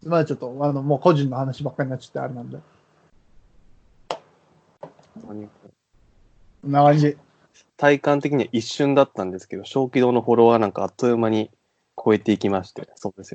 まあちょっと、もう個人の話ばっかりになっちゃってあれなんで。こんな感じ。 体感的には一瞬だったんですけど、小気道のフォロワーなんかあっという間に超えていきまして、そうです。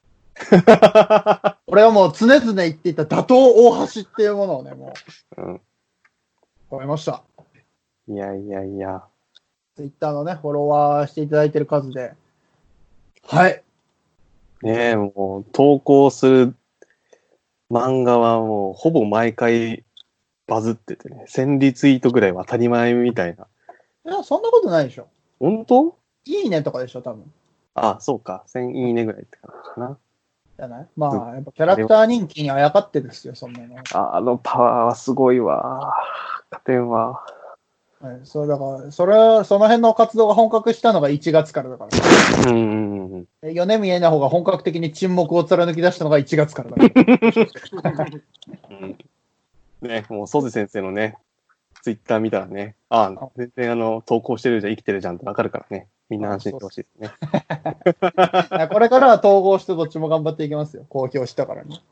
俺はもう常々言っていた打倒大橋っていうものをね、もう、超えました。 いやいやいや。 ツイッターのね、フォロワーしていただいてる数で、はい。 ねえ、もう投稿する漫画はもうほぼ毎回バズっててね、1000リツイートぐらいは当たり前みたいな。 いや、そんなことないでしょ。 本当？ いいねとかでしょ、多分。 あ、そうか。1000いいねぐらいって感じかな。 じゃないまあ、やっぱキャラクター人気にあやかってですよ、そんなの。 あのパワーはすごいわ。加点は。 はい、そうだから、その辺の活動が本格したのが1月からだから。米見えな方が本格的に沈黙を貫き出したのが1月からだから。 ね、もう、ソズ先生のね、ツイッター見たらね、ああ、全然投稿してるじゃん、生きてるじゃんってわかるからね。みんな安心してほしいですね。 これからは統合してどっちも頑張っていきますよ。公表したからね。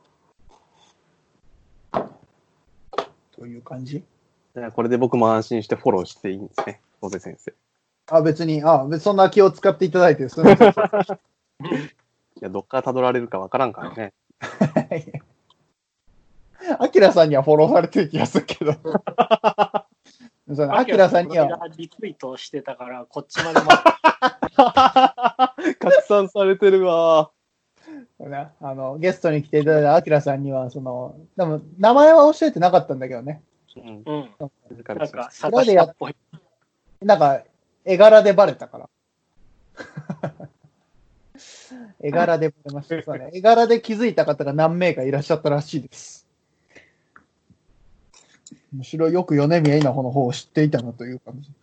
という感じ。 これで僕も安心してフォローしていいんですね、ソゼ先生。 別に、そんな気を使っていただいて、すみません。いや、どっから辿られるかわからんからね。 アキラさんにはフォローされてる気がするけど。アキラさんには。 リツイートしてたから、こっちまで拡散されてるわ。 ゲストに来ていただいたアキラさんには、でも、名前は教えてなかったんだけどね。 なんか、探したっぽい。 なんか、絵柄でバレたから。絵柄でバレました。絵柄で気づいた方が何名かいらっしゃったらしいです。むしろよく米宮稲穂の方を知っていたなという感じ。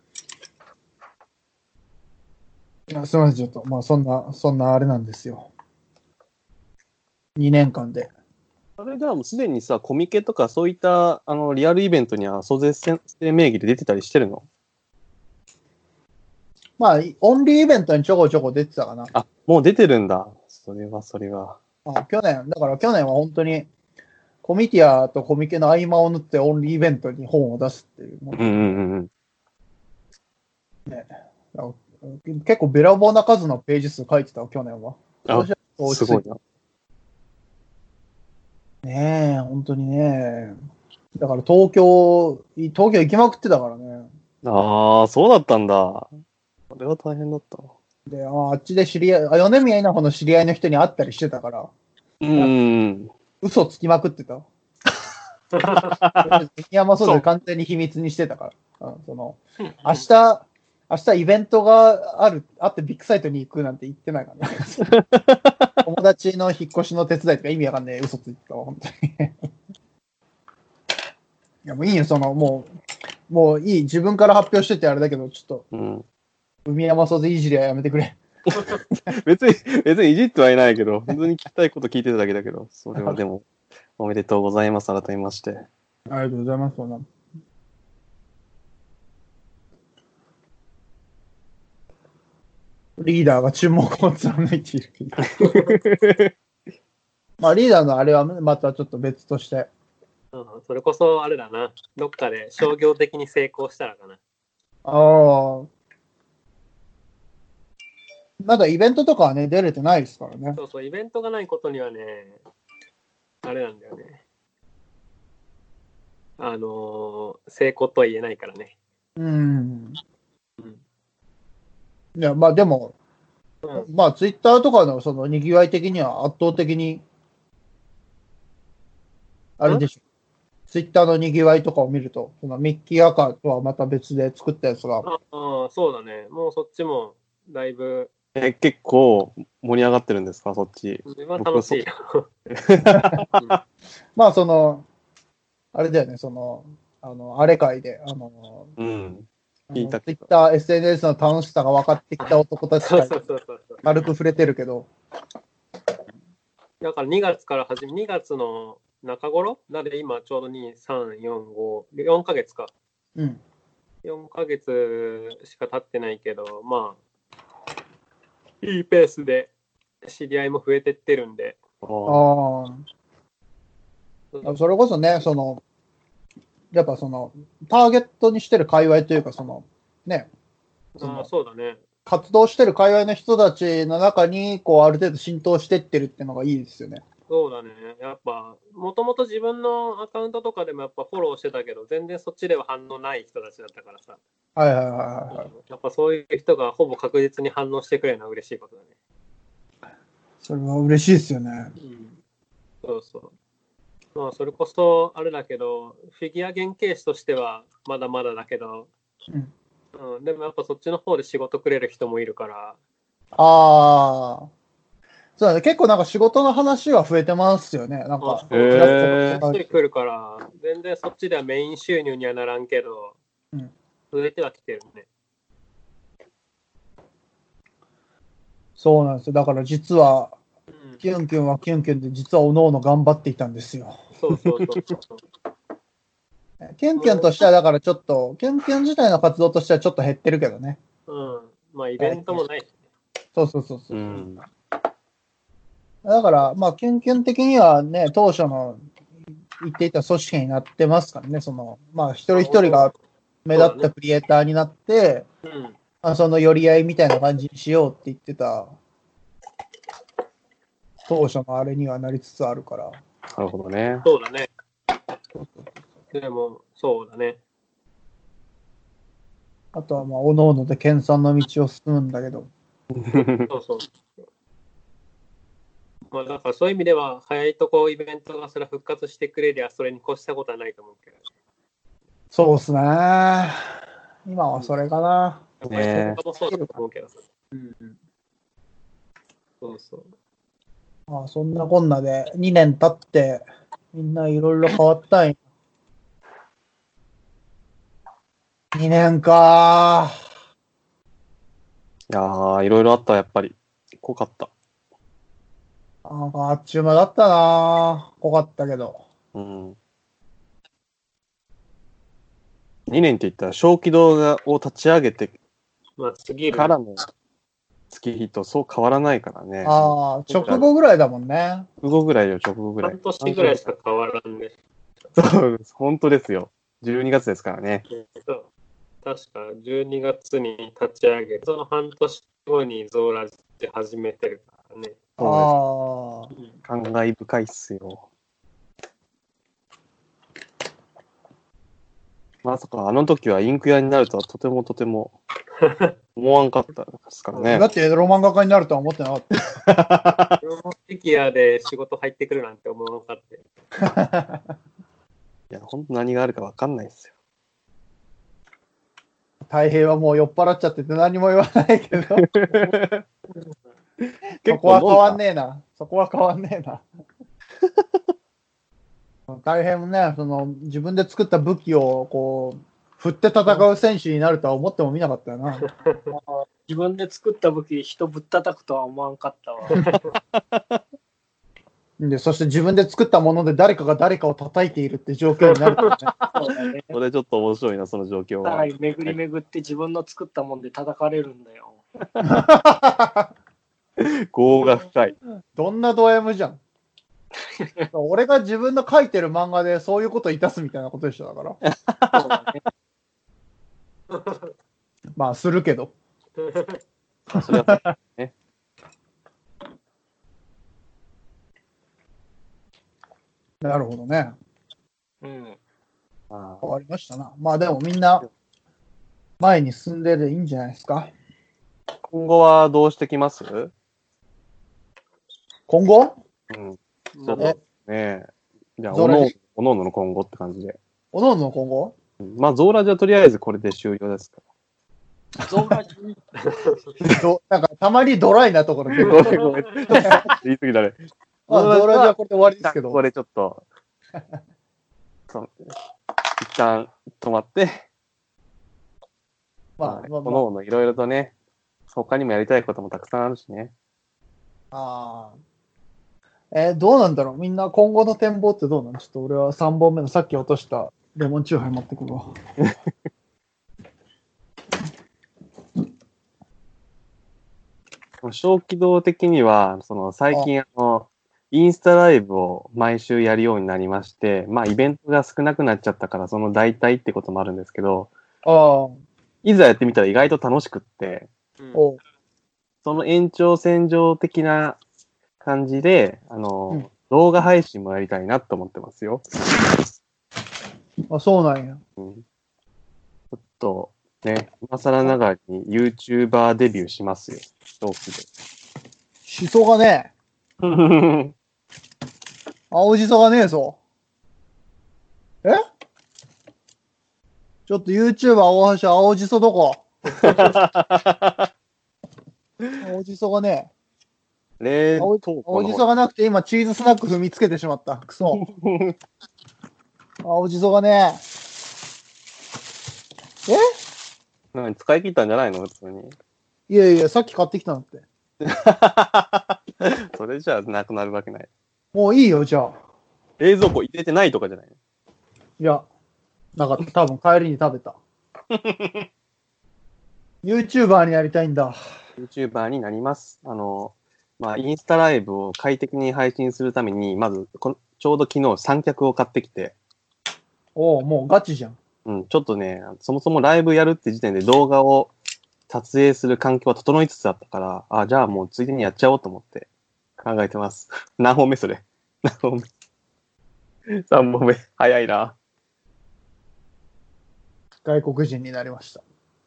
すみません、ちょっと、まあ、そんなあれなんですよ。2年間で。 あれじゃあもうすでにさ、コミケとかそういったリアルイベントには、租税制名義で出てたりしてるの？ まあ、オンリーイベントにちょこちょこ出てたかな。 あ、もう出てるんだ。それは。 去年は本当に、コミティアとコミケの合間を縫ってオンリーイベントに本を出すっていう。ね、結構べらぼうな数のページ数書いてたわ、去年は。 すごいな。 ねえ、本当にね。だから東京行きまくってたからね。 ああ、そうだったんだ。それは大変だった。 で、あっちで米宮稲穂の知り合いの人に会ったりしてたから。嘘つきまくってた。山そうで完全に秘密にしてたから。明日イベントがあってビッグサイトに行くなんて言ってないからね。友達の引っ越しの手伝いとか意味わかんねえ嘘ついてたわ、本当に。いや、もういいよ、もういい、自分から発表しててあれだけど、ちょっと、海山そうでいじりはやめてくれ。 別にいじってはいないけど、本当に聞きたいこと聞いてただけだけど、それはでも、おめでとうございます、改めまして。 ありがとうございます、リーダーが注目を貫いている。まあ、リーダーのあれはまたちょっと別として。 それこそあれだな。どっかで商業的に成功したらかな。 まだイベントとかはね、出れてないですからね。 そう、イベントがないことにはね、あれなんだよね。成功とは言えないからね。 いや、まあでも、まあツイッターとかのその賑わい的には圧倒的に、あれでしょ。ツイッターの賑わいとかを見ると、そのミッキーアカとはまた別で作ったやつが。 そうだね。もうそっちもだいぶ。 結構盛り上がってるんですか、そっち。 楽しいよ。 まああれだよね、あれ会で、ツイッター、SNS の楽しさが分かってきた男たちが軽く触れてるけど。 だから2月から2月の中頃なんで今ちょうど2、3、4、5、4ヶ月か。4ヶ月しか経ってないけど、まあ、いいペースで知り合いも増えてってるんで、 あ。それこそね、やっぱターゲットにしてる界隈というか、ね、 そうだね。 活動してる界隈の人たちの中に、こう、ある程度浸透してってるっていうのがいいですよね。 そうだね。やっぱ、もともと自分のアカウントとかでもやっぱフォローしてたけど、全然そっちでは反応ない人たちだったからさ。 はいはいはいはい。 やっぱそういう人がほぼ確実に反応してくれるのは嬉しいことだね。 それは嬉しいですよね。 そうそう。まあ、それこそ、あれだけど、フィギュア原型師としてはまだまだだけど、でもやっぱそっちの方で仕事くれる人もいるから。 そうだね。結構なんか仕事の話は増えてますよね。なんか、 一人来るから、全然そっちではメイン収入にはならんけど、増えてはきてるね。 そうなんですよ。だから実は、キュンキュンはキュンキュンで、実はおのおの頑張っていたんですよ。 そう。 キュンキュンとしては、だからちょっと、キュンキュン自体の活動としてはちょっと減ってるけどね。 まあ、イベントもないしね。 そう。だから、まあ、キュンキュン的にはね、当初の言っていた組織になってますからね、まあ、一人一人が目立ったクリエイターになって、まあ、その寄り合いみたいな感じにしようって言ってた、当初のあれにはなりつつあるから。なるほどね。 そうだね。でも、そうだね。 あとは、まあ、おのおので研鑽の道を進むんだけど。 そう。まあ、だからそういう意味では、早いとこイベントがそれ復活してくれりゃ、それに越したことはないと思うけど。 そうっすね。今はそれかな。 ねもそうだと思うけどさ。そう。 まあ、そんなこんなで2年経って、みんないろいろ変わったんや。2年か。 いやー、いろいろあった、やっぱり。濃かった。 あっちゅう間だったな。濃かったけど。 2年って言ったら、小気道を立ち上げてからの月日とそう変わらないからね。 直後ぐらいだもんね。 直後ぐらい。半年ぐらいしか変わらんね。 そうです。本当ですよ。12月ですからね。 確か12月に立ち上げ、その半年後にゾーラジ始めてるからね。 そうです。感慨深いっすよ。まさかあの時はインク屋になるとはとても思わんかったですからね。 だってロマン画家になるとは思ってなかった。 フィギュアで仕事入ってくるなんて思わなかった。 いや、本当何があるか分かんないですよ。 太平はもう酔っ払っちゃってて何も言わないけど。そこは変わんねえな。大変もね、自分で作った武器をこう、振って戦う選手になるとは思ってもみなかったよな。 自分で作った武器で人ぶったたくとは思わんかったわ。 で、そして自分で作ったもので誰かが誰かを叩いているって状況になるからね。それちょっと面白いな、その状況は。 巡り巡って自分の作ったもので叩かれるんだよ。 業が深い。 どんなド M じゃん。俺が自分の書いてる漫画でそういうことをいたすみたいなことでしょ、だから。そうだね。まあ、するけど。 それはね。 なるほどね。 変わりましたな。まあでもみんな前に進んでいいんじゃないですか。 今後はどうしてきます？ 今後？ そうね。じゃあ、おのおのの今後って感じで。 おのおのの今後？ まあ、ゾーラジはとりあえずこれで終了ですから。 ゾーラジなんかたまにドライなところで。 ごめん。言い過ぎだね。 ゾーラジはこれで終わりですけど。 これちょっと、一旦止まって、おのおのいろいろとね、他にもやりたいこともたくさんあるしね。 どうなんだろう、みんな今後の展望ってどうなの？ちょっと俺は3本目のさっき落としたレモンチューハイ持ってくるわ。 小気道的には、最近インスタライブを毎週やるようになりまして、まあイベントが少なくなっちゃったからその代替ってこともあるんですけど、いざやってみたら意外と楽しくって、 うんその延長線上的な感じで、動画配信もやりたいなと思ってますよ。 あ、そうなんや。 ちょっとね、今更ながらに YouTuber デビューしますよ。同期で。 しそがねえ。青じそがねえぞ。えちょっと YouTuber 大橋青じそどこ青じそがねえ。 冷凍庫青じそがなくて今チーズスナック踏みつけてしまった。くそ。青じそがねえ。 何使い切ったんじゃないの普通に。 いやいや、さっき買ってきたんだって。 それじゃあなくなるわけない。 もういいよ、じゃあ。 冷蔵庫入れてないとかじゃないの？ いや、なかった。多分帰りに食べた。YouTuber になりたいんだ。 YouTuber になります。インスタライブを快適に配信するために、まずちょうど昨日三脚を買ってきて。 おう、もうガチじゃん。 ちょっとね、そもそもライブやるって時点で動画を撮影する環境は整いつつあったから、じゃあもうついでにやっちゃおうと思って考えてます。何本目それ？何本目 ?3 本目。早いな。 外国人になりました。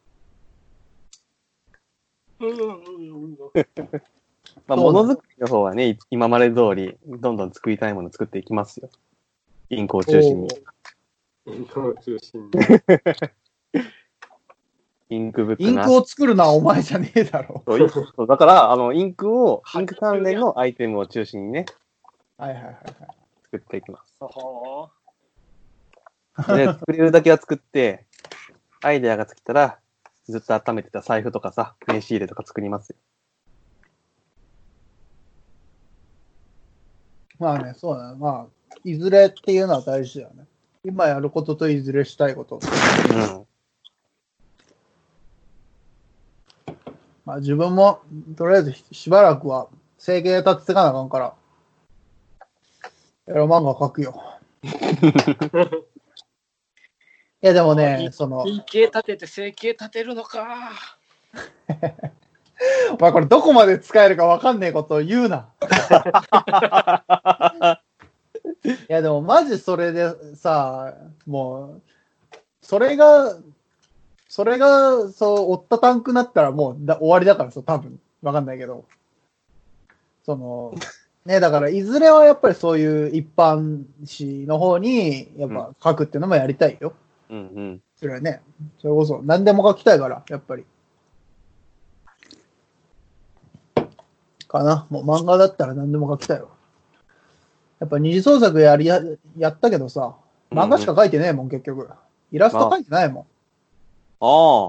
ものづくりの方はね、今まで通り、どんどん作りたいものを作っていきますよ。インクを中心に。 インクを中心に。 インクブックインクを作るのはお前じゃねえだろ。 そうだから、インク関連のアイテムを中心にね、 はいはいはいはい。 作っていきます。で、作れるだけは作って、アイデアが尽きたら、ずっと温めてた財布とかさ、名刺入れとか作りますよ。 まあね、そうだね。まあ、いずれっていうのは大事だよね。今やることといずれしたいこと。まあ自分も、とりあえずしばらくは生計立ててかなあかんから、エロ漫画描くよ。いやでもね、 生計立てて生計立てるのか。 お前これどこまで使えるかわかんねえことを言うな。いやでもマジそれでさ、もう、それが、そう、追ったタンクになったらもう終わりだからさ、多分。わかんないけど。ね、だからいずれはやっぱりそういう一般紙の方に、やっぱ書くっていうのもやりたいよ。それはね、それこそ何でも書きたいから、やっぱり。かな。もう漫画だったら何でも書きたいわ。やっぱ二次創作やったけどさ、漫画しか書いてねえもん、結局。イラスト書いてないもん。 そう。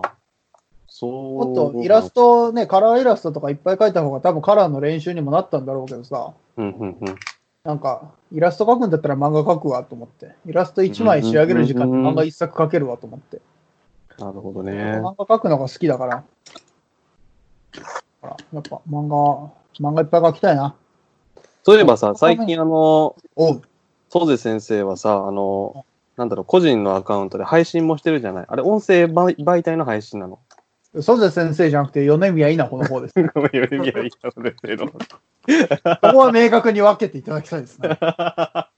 もっとイラストね、カラーイラストとかいっぱい描いた方が多分カラーの練習にもなったんだろうけどさ。なんか、イラスト描くんだったら漫画描くわと思って。イラスト1枚仕上げる時間で漫画1作描けるわと思って。 なるほどね。 漫画描くのが好きだから。やっぱ漫画いっぱい描きたいな。 そういえばさ、最近ソゼ先生はさ、なんだろう、個人のアカウントで配信もしてるじゃない。あれ、音声媒体の配信なの？ ソゼ先生じゃなくて、米宮稲穂の方です。 ごめん、米宮稲穂ですけど。 ここは明確に分けていただきたいですね。 あ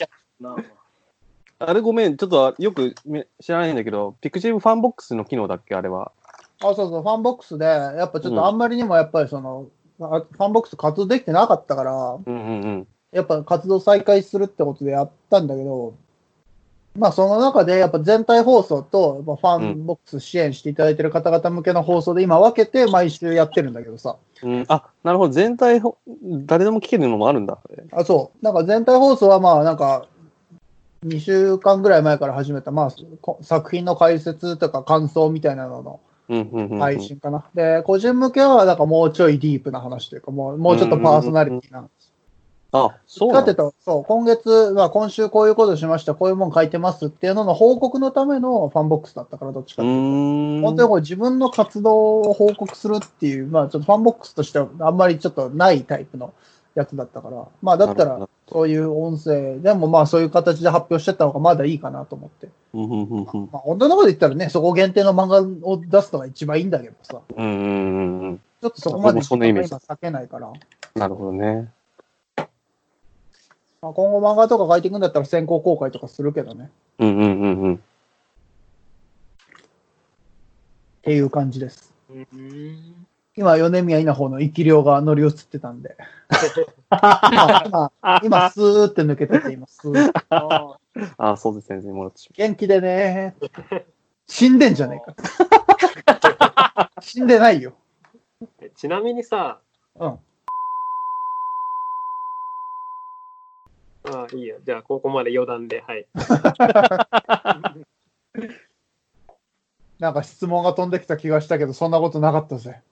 れごめん、ちょっとよく知らないんだけど、ピクチブファンボックスの機能だっけ、あれは。 そうそう、ファンボックスで、やっぱちょっとあんまりにもやっぱりファンボックス活動できてなかったから、やっぱ活動再開するってことでやったんだけど、まあその中でやっぱ全体放送とファンボックス支援していただいている方々向けの放送で今分けて毎週やってるんだけどさ。 なるほど。全体、誰でも聞けるのもあるんだ。 そう。なんか全体放送はまあなんか、2週間ぐらい前から始めた、まあ作品の解説とか感想みたいなのの配信かな。で、個人向けはなんかもうちょいディープな話というか、もうちょっとパーソナリティな。 そうなんだ。 そう、今月、今週こういうことしました、こういうもん書いてますっていうのの報告のためのファンボックスだったから、どっちかっていうと。本当にこれ自分の活動を報告するっていう、まあちょっとファンボックスとしてはあんまりちょっとないタイプのやつだったから、まあだったらそういう音声でもまあそういう形で発表してった方がまだいいかなと思って。まあ本当のこと言ったらね、そこ限定の漫画を出すのが一番いいんだけどさ。ちょっとそこまで時間が今避けないから。 なるほどね。 まあ、今後漫画とか書いていくんだったら先行公開とかするけどね。っていう感じです。今、米宮稲穂の生き量が乗り移ってたんで。今、スーって抜けてて、今、スーって。 あ、そうですね、もらってしま元気でねー。死んでんじゃねえか。死んでないよ。 ちなみにさ、 うん。 ああ、いいよ。じゃあ、ここまで余談で、はい。 なんか質問が飛んできた気がしたけど、そんなことなかったぜ。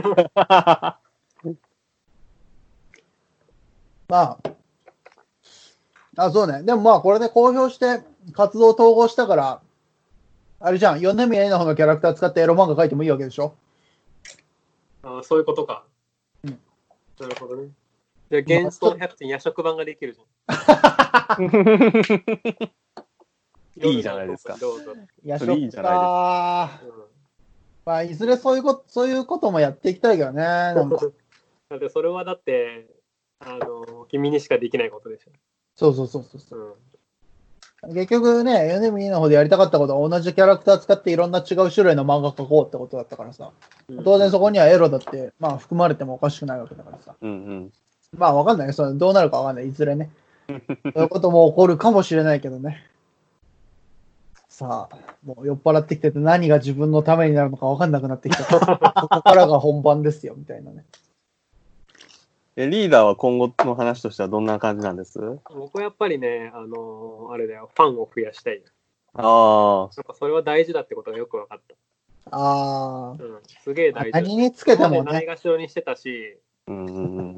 まあ、そうね。でもまあ、これで公表して活動統合したから、あれじゃん、米宮稲穂のキャラクター使ってエロ漫画描いてもいいわけでしょ。 ああ、そういうことか。 うん。 なるほどね。じゃあ、幻想100点夜食版ができるじゃん。 いいじゃないですか。 どうぞ。 夜食か。いいじゃないですか。まあ、いずれそういうこともやっていきたいけどね。なんかだってそれはだって、君にしかできないことでしょ。 そう。結局ね、米宮の方でやりたかったことは同じキャラクター使っていろんな違う種類の漫画描こうってことだったからさ。当然そこにはエロだって、まあ含まれてもおかしくないわけだからさ。まあわかんない。どうなるかわかんない。いずれね。そういうことも起こるかもしれないけどね。さあ、もう酔っ払ってきてて何が自分のためになるのかわかんなくなってきた。ここからが本番ですよ、みたいなね。 リーダーは今後の話としてはどんな感じなんです？ 僕はやっぱりね、あれだよ、ファンを増やしたい。 ああ。 なんかそれは大事だってことがよく分かった。 ああ。 すげえ大事。 何につけてもね。 ないがしろにしてたし、 なん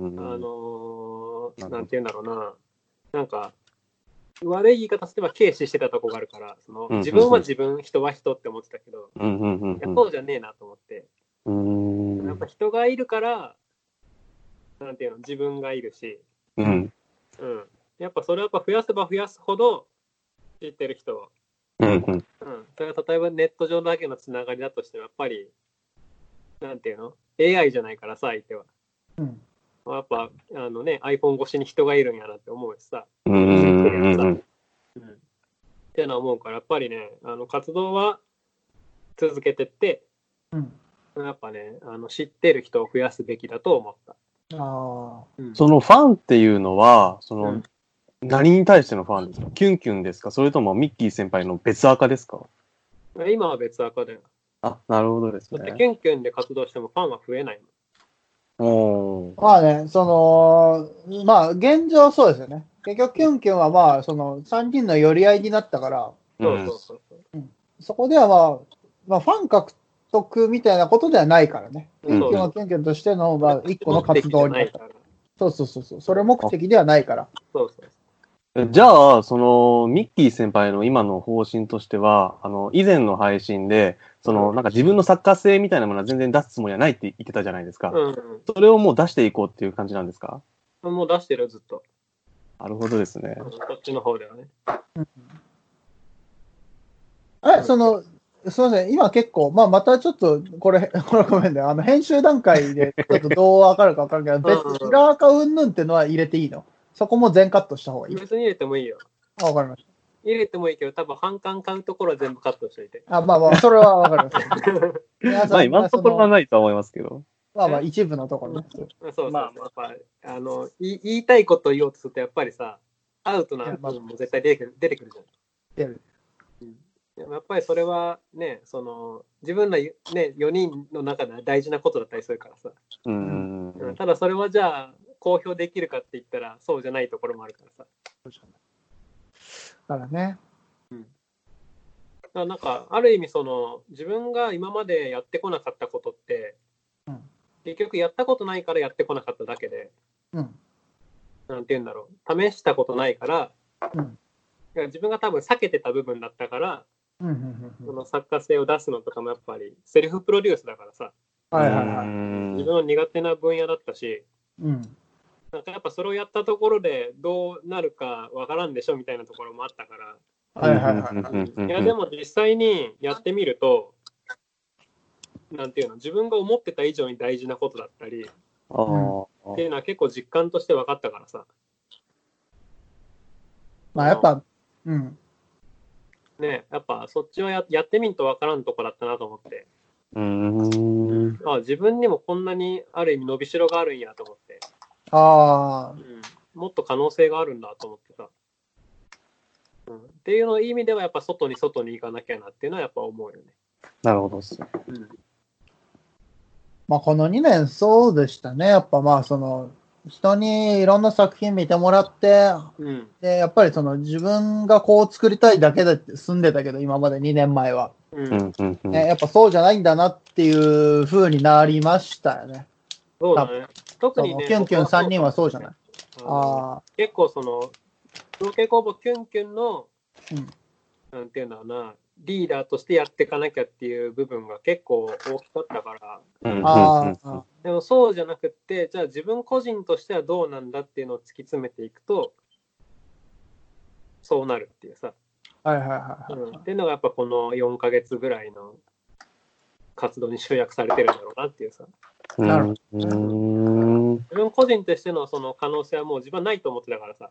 て言うんだろうな。なんか、悪い言い方すれば軽視してたとこがあるから、自分は自分、人は人って思ってたけど、そうじゃねえなと思って。やっぱ人がいるから、なんていうの、自分がいるし、やっぱそれをやっぱ増やせば増やすほど知ってる人、それが例えばネット上だけのつながりだとしてもやっぱりなんていうの AI じゃないからさ相手は、やっぱiPhone 越しに人がいるんやなって思うしさ、っていうのは思うからやっぱりね活動は続けてって、やっぱね知ってる人を増やすべきだと思った。 そのファンっていうのは、何に対してのファンですか？キュンキュンですか？それともミッキー先輩の別赤ですか？ 今は別赤だよ。 あ、なるほどですね。 だってキュンキュンで活動してもファンは増えないもん。まあね、まあ現状そうですよね。結局キュンキュンはまあ、3人の寄り合いになったから、そこではまあファン獲得みたいなことではないからね。キュンキュンはキュンキュンとしての、まあ、一個の活動になった。そう。それ目的ではないから。 じゃあ、ミッキー先輩の今の方針としては、以前の配信で、なんか自分の作家性みたいなものは全然出すつもりはないって言ってたじゃないですか。それをもう出していこうっていう感じなんですか？ もう出してる、ずっと。 なるほどですね。 こっちの方ではね。 すみません、今結構、またちょっと、これごめんね、編集段階で、ちょっとどうわかるかわかるけど、別に裏垢うんぬんってのは入れていいの？そこも全カットした方がいい？ 別に入れてもいいよ。 わかりました。 入れてもいいけど、多分反感買うところは全部カットしておいて。 まあ、それはわかります。 まあ、今のところはないとは思いますけど。 まあ、一部のところね。 そう。まあ、言いたいことを言おうとすると、やっぱりさ、アウトな部分も絶対出てくるじゃん。 出る。 やっぱりそれはね、自分らね、4人の中では大事なことだったりするからさ。ただそれはじゃあ、公表できるかって言ったら、そうじゃないところもあるからさ。 だからね。 なんか、ある意味自分が今までやってこなかったことって、結局やったことないからやってこなかっただけで、なんて言うんだろう、試したことないから、自分が多分避けてた部分だったから、その作家性を出すのとかもやっぱりセルフプロデュースだからさ、自分の苦手な分野だったし、 なんかやっぱそれをやったところでどうなるかわからんでしょみたいなところもあったから。 はいはいはい。 いやでも実際にやってみると、なんていうの、自分が思ってた以上に大事なことだったり、っていうのは結構実感として分かったからさ。 まあやっぱ、うん。 ね、やっぱそっちはやってみんと分からんとこだったなと思って。自分にもこんなにある意味伸びしろがあるんやと思って。もっと可能性があるんだと思ってさ。っていうの意味ではやっぱ外に行かなきゃなっていうのはやっぱ思うよね。 なるほどっす。 まあこの2年そうでしたね。やっぱまあその人にいろんな作品見てもらって、でやっぱりその自分がこう作りたいだけで済んでたけど今まで2年前は、やっぱそうじゃないんだなっていう風になりましたよね。 そうだね。特にね、 キュンキュン3人はそうじゃない。 結構その造形工房キュンキュンの、なんていうんだろうな、リーダーとしてやっていかなきゃっていう部分が結構大きかったから、でもそうじゃなくって、じゃあ自分個人としてはどうなんだっていうのを突き詰めていくと、そうなるっていうさ。っていうのがやっぱこの4ヶ月ぐらいの活動に集約されてるんだろうなっていうさ。 なるほど。 自分個人としてのその可能性はもう自分はないと思ってたからさ。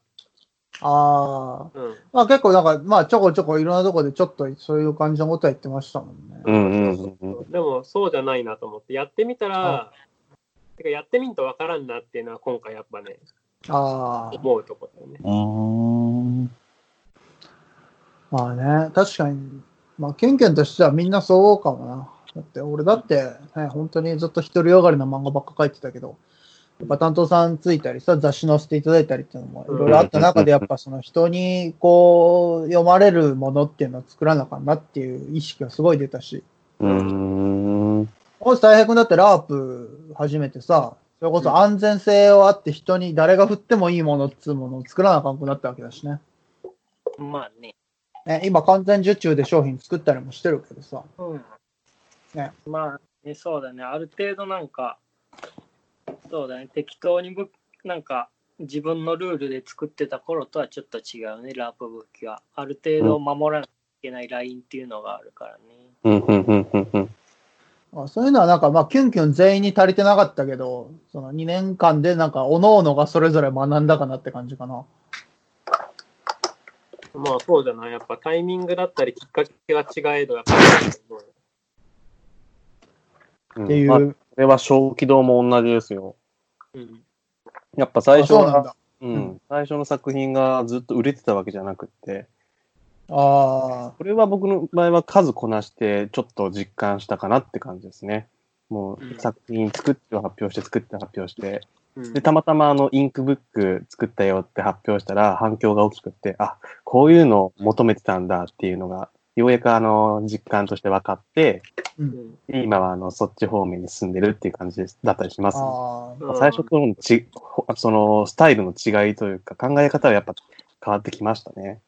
まあ結構なんか、まあちょこちょこいろんなとこでちょっとそういう感じのことは言ってましたもんね。 でもそうじゃないなと思って、やってみたら、やってみんとわからんなっていうのは今回やっぱね、思うとこだよね。 まあね、確かに、まあケンケンとしてはみんなそうかもな。だって俺だって、ね、本当にずっと独りよがりの漫画ばっか書いてたけど、やっぱ担当さんついたりさ、雑誌載せていただいたりっていうのもいろいろあった中で、やっぱその人にこう読まれるものっていうのを作らなあかんなっていう意識がすごい出たし。大平君だってラープ初めてさ、それこそ安全性をあって人に誰が振ってもいいものっつうものを作らなあかんくなったわけだしね。 まあね。 今完全受注で商品作ったりもしてるけどさ。 まあね、そうだね。ある程度なんか、そうだね。適当になんか自分のルールで作ってた頃とはちょっと違うね、ラープ武器は。ある程度守らなきゃいけないラインっていうのがあるからね。 そういうのはなんか、まあ、キュンキュン全員に足りてなかったけど、その2年間でなんか、各々がそれぞれ学んだかなって感じかな。 まあそうじゃない。やっぱタイミングだったりきっかけが違えど、やっぱり。っていう。 これは小気道も同じですよ。やっぱ最初は、最初の作品がずっと売れてたわけじゃなくて、これは僕の場合は数こなしてちょっと実感したかなって感じですね。もう作品作って発表して作って発表して、でたまたまインクブック作ったよって発表したら反響が大きくって、あ、こういうのを求めてたんだっていうのがようやく実感として分かって、今はそっち方面に進んでるっていう感じだったりします、ね。最初とのそのスタイルの違いというか考え方はやっぱ変わってきましたね。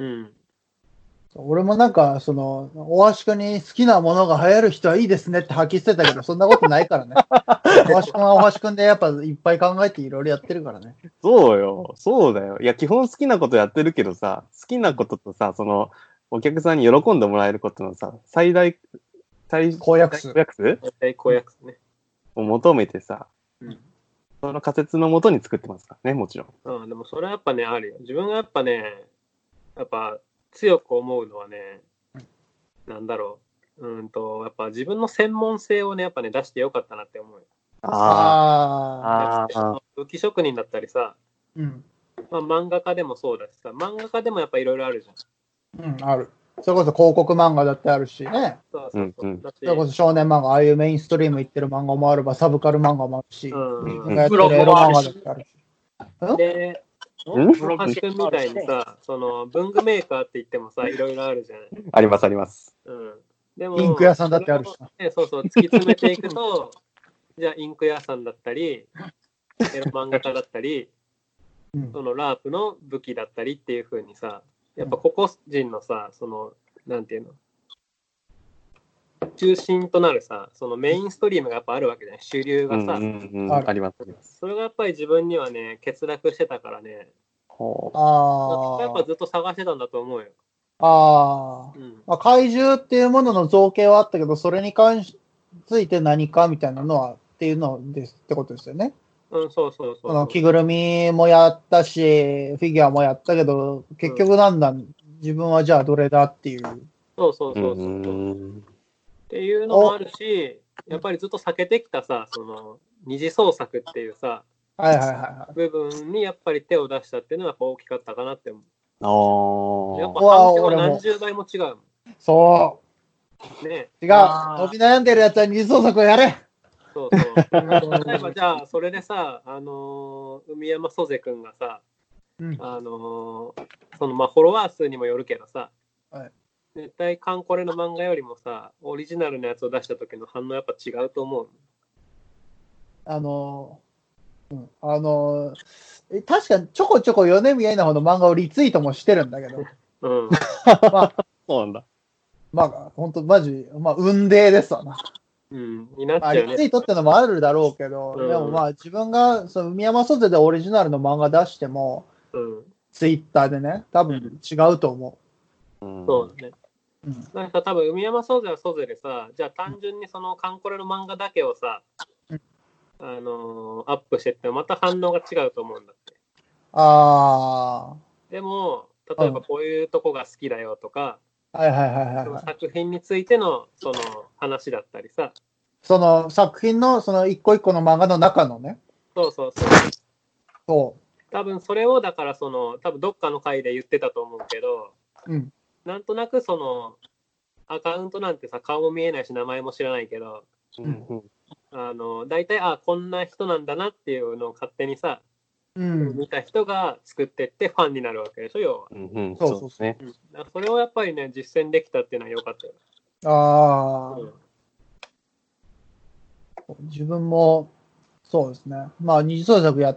俺もなんか、大橋くんに好きなものが流行る人はいいですねって吐き捨てたけど、そんなことないからね。大橋くんは大橋くんでやっぱいっぱい考えていろいろやってるからね。 そうよ。そうだよ。いや、基本好きなことやってるけどさ、好きなこととさ、お客さんに喜んでもらえることのさ、 公約数ね。 を求めてさ、その仮説のもとに作ってますからね、もちろん。でもそれはやっぱね、あるよ。自分がやっぱね、強く思うのはね、なんだろう。やっぱ自分の専門性をね、やっぱね、出してよかったなって思うよ。武器職人だったりさ、まあ漫画家でもそうだしさ、漫画家でもやっぱいろいろあるじゃん。ある。それこそ広告漫画だってあるしね。それこそ少年漫画、ああいうメインストリーム行ってる漫画もあれば、サブカル漫画もあるし、やってるエロ漫画だってあるし。 で、大橋くんみたいにさ、文具メーカーって言ってもさ、いろいろあるじゃない。 あります、あります。 でも、 インク屋さんだってあるし。 そうそう、突き詰めていくと、じゃあインク屋さんだったり、エロ漫画家だったり、そのラープの武器だったりっていう風にさ、やっぱ個々人のさ、なんていうの、 中心となるさ、そのメインストリームがやっぱあるわけじゃない、主流がさ、 あります、あります。 それがやっぱり自分にはね、欠落してたからね、やっぱずっと探してたんだと思うよ。 まあ、怪獣っていうものの造形はあったけど、それに関ついて何かみたいなのはっていうのですってことですよね。 うん、そうそうそう。 この着ぐるみもやったし、フィギュアもやったけど、結局なんだ、自分はじゃあどれだっていう。 そう。っていうのもあるし、やっぱりずっと避けてきたさ、その二次創作っていうさ、部分にやっぱり手を出したっていうのはやっぱ大きかったかなって思う。やっぱ反響が何十倍も違うもん。 そう。ね、違う。伸び悩んでるやつは二次創作をやれ。 そう。例えばじゃあ、それでさ、海山曽世君がさ、そのまあフォロワー数にもよるけどさ、絶対カンコレの漫画よりもさ、オリジナルのやつを出した時の反応やっぱ違うと思う。 確かにちょこちょこ米宮稲穂の漫画をリツイートもしてるんだけど。まあ、 そうなんだ。 まあ、ほんとマジ、まあ、運命ですわな。 になっちゃうね。 リツイートってのもあるだろうけど、でもまあ自分がその海山蘇生でオリジナルの漫画出しても、ツイッターでね、多分違うと思う。そうだね。なんか多分海山蘇生は蘇生でさ、じゃあ単純にそのカンコレの漫画だけをさ、アップしてってまた反応が違うと思うんだって。でも、例えばこういうとこが好きだよとか、作品についてのその話だったりさ。 その作品のその一個一個の漫画の中のね。 そう。多分それをだからその多分どっかの回で言ってたと思うけど、なんとなくそのアカウントなんてさ顔も見えないし名前も知らないけど、大体こんな人なんだなっていうのを勝手にさ、見た人が作ってってファンになるわけでしょ、要は。 そうですね。 それをやっぱりね、実践できたっていうのは良かったよ。 自分も、そうですね。まあ、二次創作やって、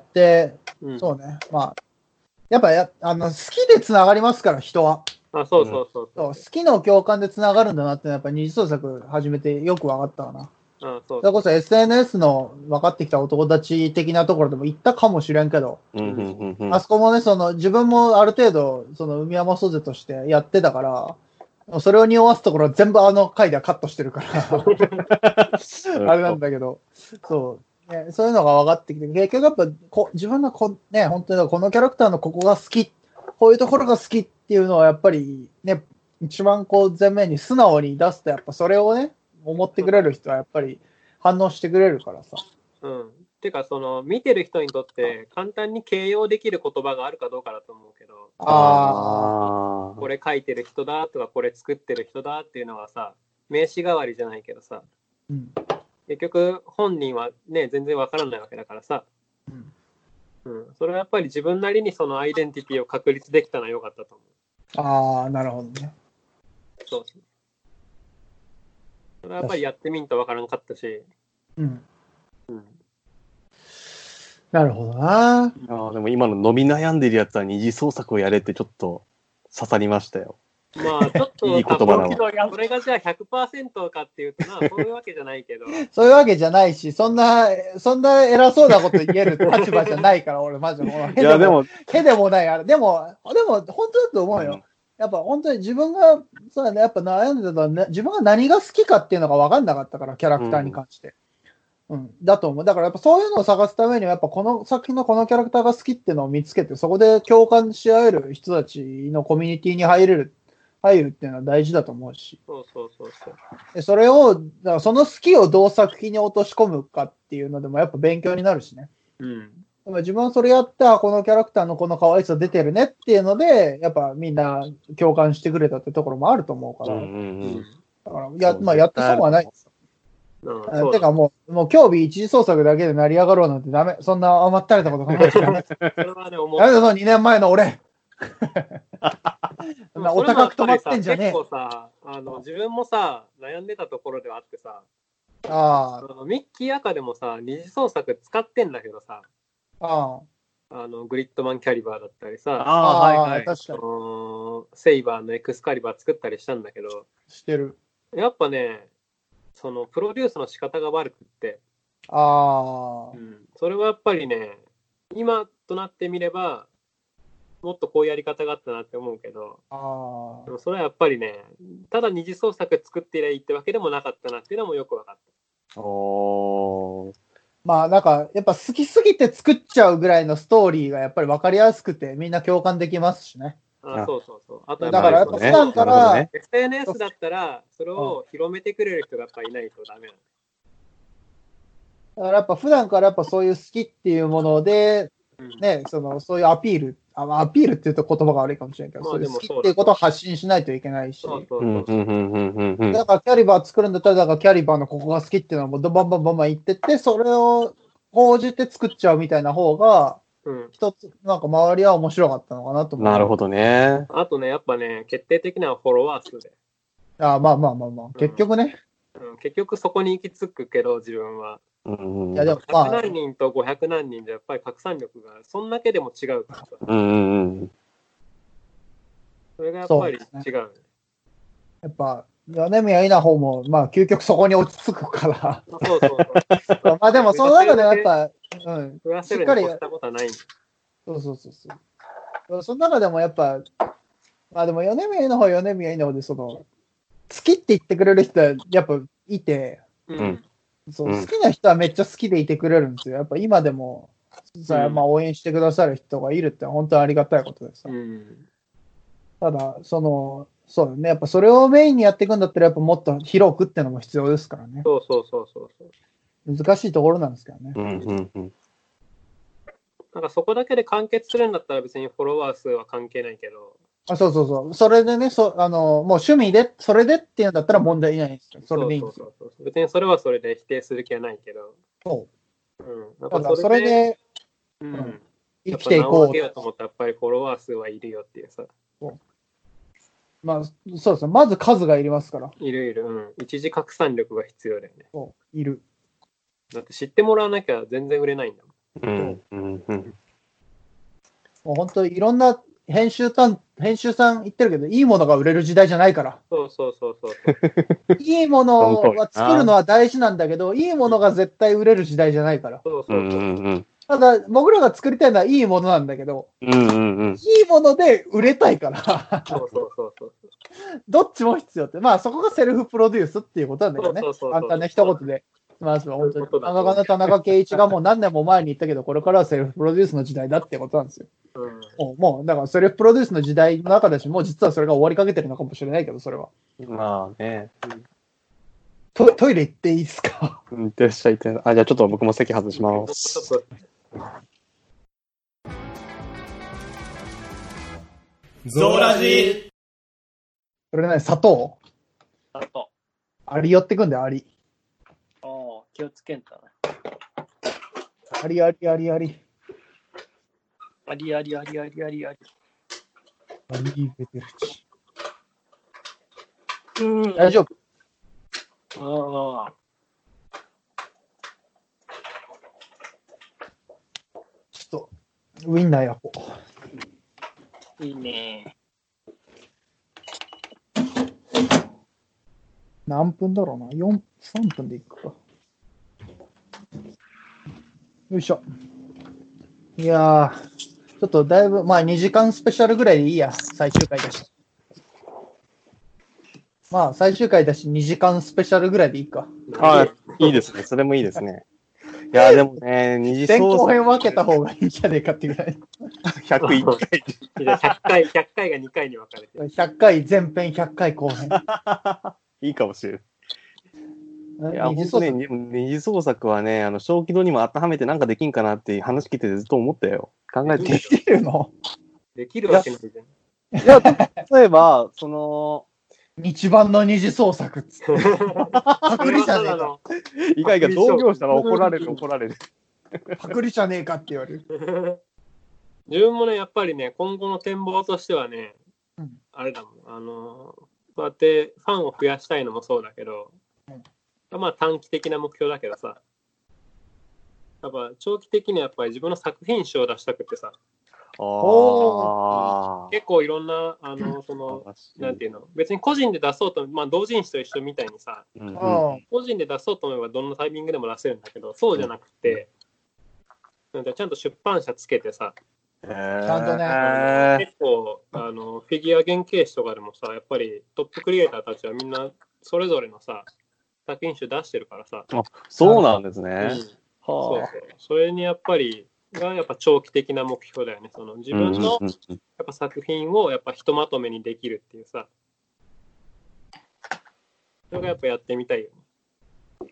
そうね。まあ、やっぱ好きでつながりますから、人は。 そう。 好きの共感でつながるんだなってやっぱり二次創作始めてよく分かったかな。それこそ SNS の分かってきた男たち的なところでも言ったかもしれんけど、あそこもね、その自分もある程度、その海山蘇生としてやってたから、それを匂わすところ全部回ではカットしてるからあれなんだけど、そう、そういうのが分かってきて、結局やっぱ自分が本当にこのキャラクターのここが好き、こういうところが好きっていうのはやっぱりね、一番前面に素直に出すと、やっぱそれをね、思ってくれる人はやっぱり反応してくれるからさ。 てかその見てる人にとって簡単に形容できる言葉があるかどうかだと思うけど、これ書いてる人だとかこれ作ってる人だっていうのはさ、名詞代わりじゃないけどさ、結局本人はね全然わからないわけだからさ、それはやっぱり自分なりにそのアイデンティティを確立できたのは良かったと思う。なるほどね。 そうですね。それはやっぱりやってみんとわからんかったし。 なるほどな。 でも今の伸び悩んでるやつは二次創作をやれってちょっと刺さりましたよ。 まあちょっといい言葉だわ。 それがじゃあ 100% かっていうとな、そういうわけじゃないけど。 そういうわけじゃないし、そんな偉そうなこと言える立場じゃないから、俺マジで。 いやでも、 へでもないあれ。でも本当だと思うよ。やっぱ本当に自分が、そうだね、やっぱ悩んでたのは、ね、自分が何が好きかっていうのが分かんなかったから、キャラクターに関して。だと思う。だからやっぱそういうのを探すためには、やっぱこの作品のこのキャラクターが好きっていうのを見つけて、そこで共感し合える人たちのコミュニティに入るっていうのは大事だと思うし。でそれを、だからその好きをどう作品に落とし込むかっていうのでもやっぱ勉強になるしね。自分はそれやったこのキャラクターのこの可愛さ出てるねっていうので、やっぱみんな共感してくれたってところもあると思うから。だから、やってそうはないです。てかもう興味一次創作だけで成り上がろうなんてダメ。そんな甘ったれたこと考えちゃダメ。2年前の俺。お高く止まってんじゃねえ。 結構さ、自分もさ、悩んでたところではあってさ、ミッキー赤でもさ、二次創作使ってんだけどさ、グリッドマンキャリバーだったりさ、 確かにセイバーのエクスカリバー作ったりしたんだけど、 してる。 やっぱね、 そのプロデュースの仕方が悪くって、 ああ、 それはやっぱりね、今となってみれば、もっとこういうやり方があったなって思うけど、でもそれはやっぱりね、ただ二次創作作っていればいいってわけでもなかったなっていうのもよく分かった。 まあなんか、やっぱ好きすぎて作っちゃうぐらいのストーリーがやっぱり分かりやすくて、みんな共感できますしね。 そうそうそう。あとだからやっぱ普段から、 SNS だったら、それを広めてくれる人がやっぱいないとダメなの。 だからやっぱ普段からやっぱそういう好きっていうもので、ね、そういうアピールって言うと言葉が悪いかもしれないけど、そういう好きっていうことを発信しないといけないし。だからキャリバー作るんだったら、だからキャリバーのここが好きっていうのはもうバンバンバンバン言ってって、それを報じて作っちゃうみたいな方が、一つ、なんか周りは面白かったのかなと思う。 なるほどね。 あとね、やっぱね、決定的なフォロワー数で。 まあ、結局ね。 結局そこに行き着くけど、自分は。 いやでも 100何人と500何人でやっぱり拡散力がそんだけでも違うからさ。それがやっぱり違う。 やっぱ、米宮いな方も、まあ、究極そこに落ち着くから。まあでも、その中でやっぱ、 しっかり。 その中でもやっぱ、まあでも、米宮いな方は米宮いな方で、好きって言ってくれる人はやっぱいて、好きな人はめっちゃ好きでいてくれるんですよ。やっぱ今でもまあ応援してくださる人がいるって本当にありがたいことです。ただ、そうだね。やっぱそれをメインにやっていくんだったら、やっぱもっと広くってのも必要ですからね。難しいところなんですけどね。 なんかそこだけで完結するんだったら別にフォロワー数は関係ないけど。 そう。それでね、もう趣味で、それでっていうんだったら問題ないんですよ。それでいいんですよ。 別にそれはそれで否定する気はないけど。 ただそれで、生きていこう。 やと思ったらやっぱりフォロワー数はいるよっていうさ。 まあ、そうですね。まず数がいりますから。 いる。一時拡散力が必要だよね。 いる。 だって知ってもらわなきゃ全然売れないんだもん。 もう本当にいろんな編集さん言ってるけど、いいものが売れる時代じゃないから。いいものは作るのは大事なんだけど、いいものが絶対売れる時代じゃないから。ただ、僕らが作りたいのはいいものなんだけど、いいもので売れたいから。どっちも必要って。まあ、そこがセルフプロデュースっていうことなんだけどね。簡単な一言で。まあ、本当に。漫画家の田中圭一がもう何年も前に言ったけど、これからはセルフプロデュースの時代だってことなんですよ。もう、だからセルフプロデュースの時代の中だし、もう実はそれが終わりかけてるのかもしれないけど、それは。 まあね。 トイレ行っていいですか？ 行ってらっしゃい。じゃあちょっと僕も席外します。 ゾーラジ。 それね、砂糖アリ寄ってくんだよ、アリ。 気をつけんとな。 アリ。アリベテルチ。大丈夫。ちょっと、ウインナーやこう。いいね。 何分だろうな。3分でいくか。よいしょ。いやー、ちょっとだいぶ、まあ2時間スペシャルぐらいでいいや。最終回だし。まあ最終回だし2時間スペシャルぐらいでいいか。 いいですね。それもいいですね。いや、でもね、二次創作。 前後編分けた方がいいんじゃねえかってぐらい。 101 回。100回が2回に分かれてる。 100回前編、100回後編。 いいかもしれない。いや、本当ね、二次創作はね、小規模にも当てはめてなんかできんかなって話聞いててずっと思ったよ。考えてできるの？ できるわけないじゃん。 いや、例えば、 日版の二次創作っつって。パクリじゃねえか。 以外が同業者は怒られる。 パクリじゃねえかって言われる。 自分もね、やっぱりね、今後の展望としてはね、あれだもん。こうやってファンを増やしたいのもそうだけど、まあ短期的な目標だけどさ、やっぱ長期的にはやっぱり自分の作品集を出したくてさ、結結構いろんな、なんていうの、別に個人で出そうと、まあ、同人誌と一緒みたいにさ、個人で出そうと思えばどんなタイミングでも出せるんだけど、そうじゃなくて、なんかちゃんと出版社つけてさ、 ちゃんとね、 結構フィギュア原型師とかでもさ、やっぱりトップクリエイターたちはみんなそれぞれのさ、作品集出してるからさ。 あ、そうなんですね。 はあ、そう。それにやっぱりやっぱ長期的な目標だよね。その自分のやっぱ作品をやっぱひとまとめにできるっていうさ、それがやっぱやってみたいよね。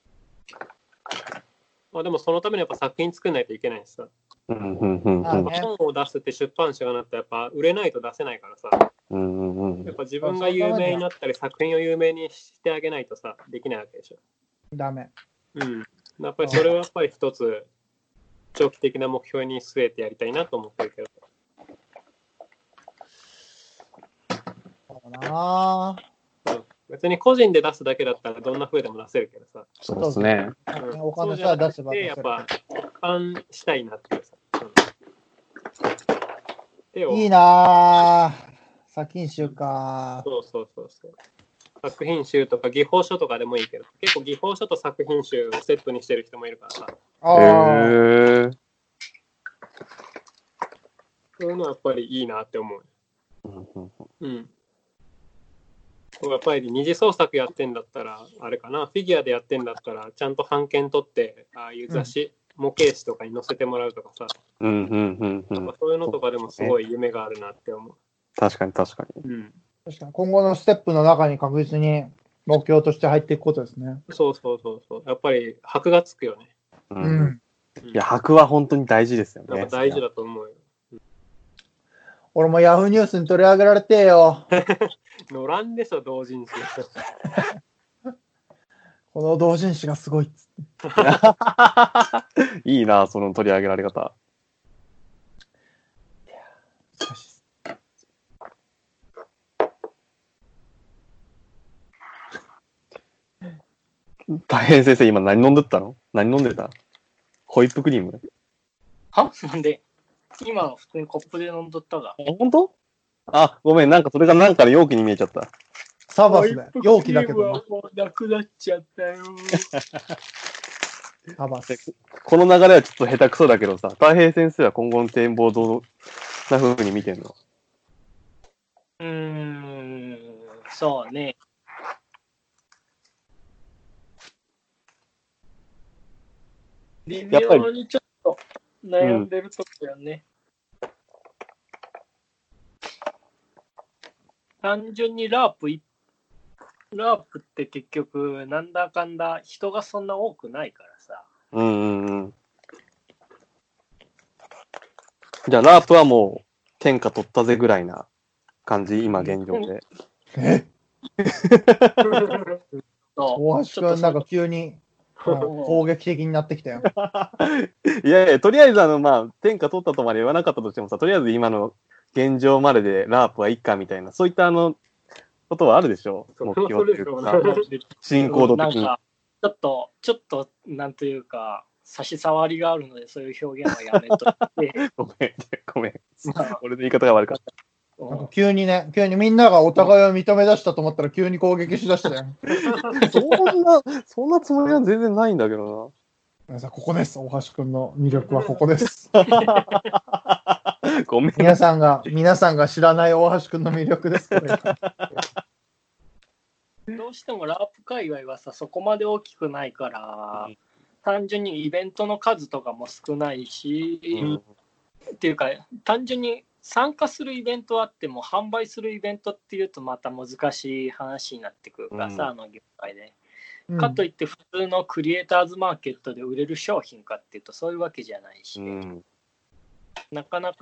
まあでもそのためにやっぱ作品作んないといけないしさ。本を出すって出版社がなったらやっぱ売れないと出せないからさ。やっぱ自分が有名になったり作品を有名にしてあげないとさ、できないわけでしょ。 ダメ。 やっぱりそれはやっぱり一つ長期的な目標に据えてやりたいなと思ってるけど。 そうな別に個人で出すだけだったらどんな風でも出せるけどさ。 そうですね。 お金さえ出せばやっぱ一般したいなっていうさ。 いいな作品集か。 そう。作品集とか技法書とかでもいいけど、結構技法書と作品集をセットにしてる人もいるからさ。そういうのはやっぱりいいなって思う。やっぱり二次創作やってんだったら、あれかな、フィギュアでやってんだったら、ちゃんと版権取って、ああいう雑誌、模型誌とかに載せてもらうとかさ。そういうのとかでもすごい夢があるなって思う。 確かに。 確かに今後のステップの中に確実に目標として入っていくことですね。 そう。やっぱり箔がつくよね。 いや、箔は本当に大事ですよね。 やっぱ大事だと思うよ。 俺もヤフーニュースに取り上げられてよ。 乗らんでしょ、同人誌。 この同人誌がすごいっつって。 いいな、その取り上げられ方。大変先生、今何飲んでたの？何飲んでた？ホイップクリーム？ なんで今普通にコップで飲んどったが。 本当？あ、ごめん、なんかそれがなんかの容器に見えちゃった。 サバスだよ。容器だけどな。 もうなくなっちゃったよ。 サバス。 この流れはちょっと下手くそだけどさ、大平先生は今後の展望どんな風に見てんの？ そうね。微妙にちょっと悩んでるとこだよね。単純にラープって結局なんだかんだ人がそんな多くないからさ。 じゃあラープはもう天下取ったぜぐらいな感じ、今現状で。 大橋くんなんか急に攻撃的になってきたよ。 いや、とりあえず天下取ったとまで言わなかったとしてもさ、とりあえず今の現状まででラープはいっかみたいな、そういったことはあるでしょう。目標というか、進行度的に。 なんかちょっとなんというか差し障りがあるので、そういう表現はやめといて。 ごめん。俺の言い方が悪かった。 なんか急にみんながお互いを認め出したと思ったら急に攻撃しだしたよ。 そんなつもりは全然ないんだけどな。皆さん、ここです。大橋くんの魅力はここです。 ごめん。 皆さんが知らない大橋くんの魅力です。これどうしてもラープ界隈はさ、そこまで大きくないから、単純にイベントの数とかも少ないし、っていうか、単純に参加するイベントはあっても、販売するイベントっていうとまた難しい話になってくるからさ、業界で。かといって普通のクリエイターズマーケットで売れる商品かっていうとそういうわけじゃないし、なかなか